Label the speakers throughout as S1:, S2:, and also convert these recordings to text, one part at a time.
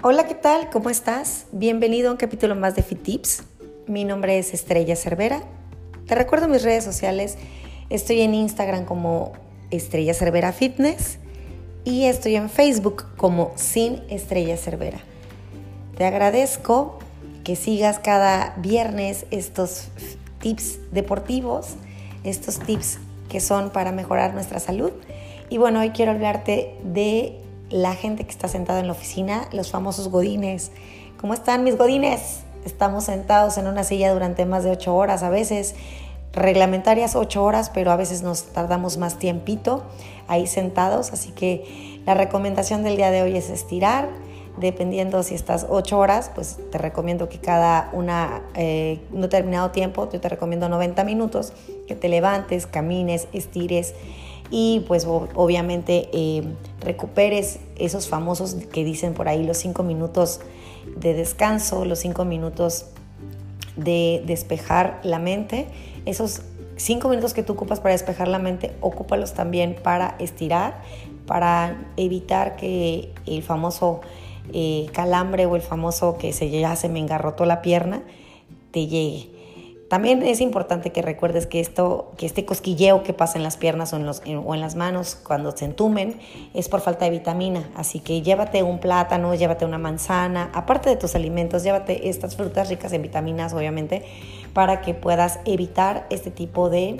S1: Hola, ¿qué tal? ¿Cómo estás? Bienvenido a un capítulo más de Fit Tips. Mi nombre es Estrella Cervera. Te recuerdo mis redes sociales. Estoy en Instagram como Estrella Cervera Fitness y estoy en Facebook como Sin Estrella Cervera. Te agradezco que sigas cada viernes estos tips deportivos, estos tips que son para mejorar nuestra salud. Y bueno, hoy quiero hablarte de la gente que está sentada en la oficina, los famosos godines. ¿Cómo están mis godines? Estamos sentados en una silla durante más de 8 horas, a veces reglamentarias 8 horas, pero a veces nos tardamos más tiempito ahí sentados. Así que la recomendación del día de hoy es estirar. Dependiendo si estás 8 horas, pues te recomiendo que cada un determinado tiempo, yo te recomiendo 90 minutos, que te levantes, camines, estires y pues obviamente recuperes esos famosos que dicen por ahí los 5 minutos de descanso, los 5 minutos de despejar la mente. Esos 5 minutos que tú ocupas para despejar la mente, ocúpalos también para estirar, para evitar que el famoso calambre o el famoso que ya se me engarrotó la pierna te llegue. También es importante que recuerdes que este cosquilleo que pasa en las piernas o en las manos cuando se entumen es por falta de vitamina. Así que llévate un plátano, llévate una manzana, aparte de tus alimentos, llévate estas frutas ricas en vitaminas, obviamente, para que puedas evitar este tipo de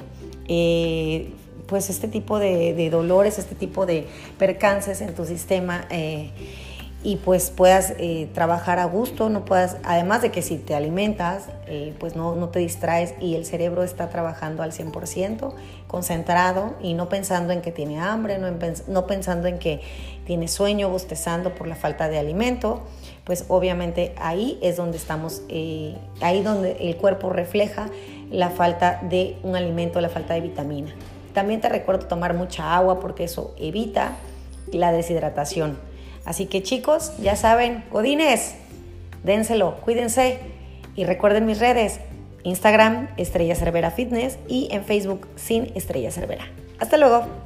S1: dolores, este tipo de percances en tu sistema. Y pues puedas trabajar a gusto, además de que si te alimentas, pues no te distraes y el cerebro está trabajando al 100%, concentrado y no pensando en que tiene hambre, no pensando en que tiene sueño, bostezando por la falta de alimento. Pues obviamente ahí es donde estamos, ahí donde el cuerpo refleja la falta de un alimento, la falta de vitamina. También te recuerdo tomar mucha agua porque eso evita la deshidratación. Así que chicos, ya saben, godines, dénselo, cuídense y recuerden mis redes, Instagram, Estrella Cervera Fitness y en Facebook, Sin Estrella Cervera. Hasta luego.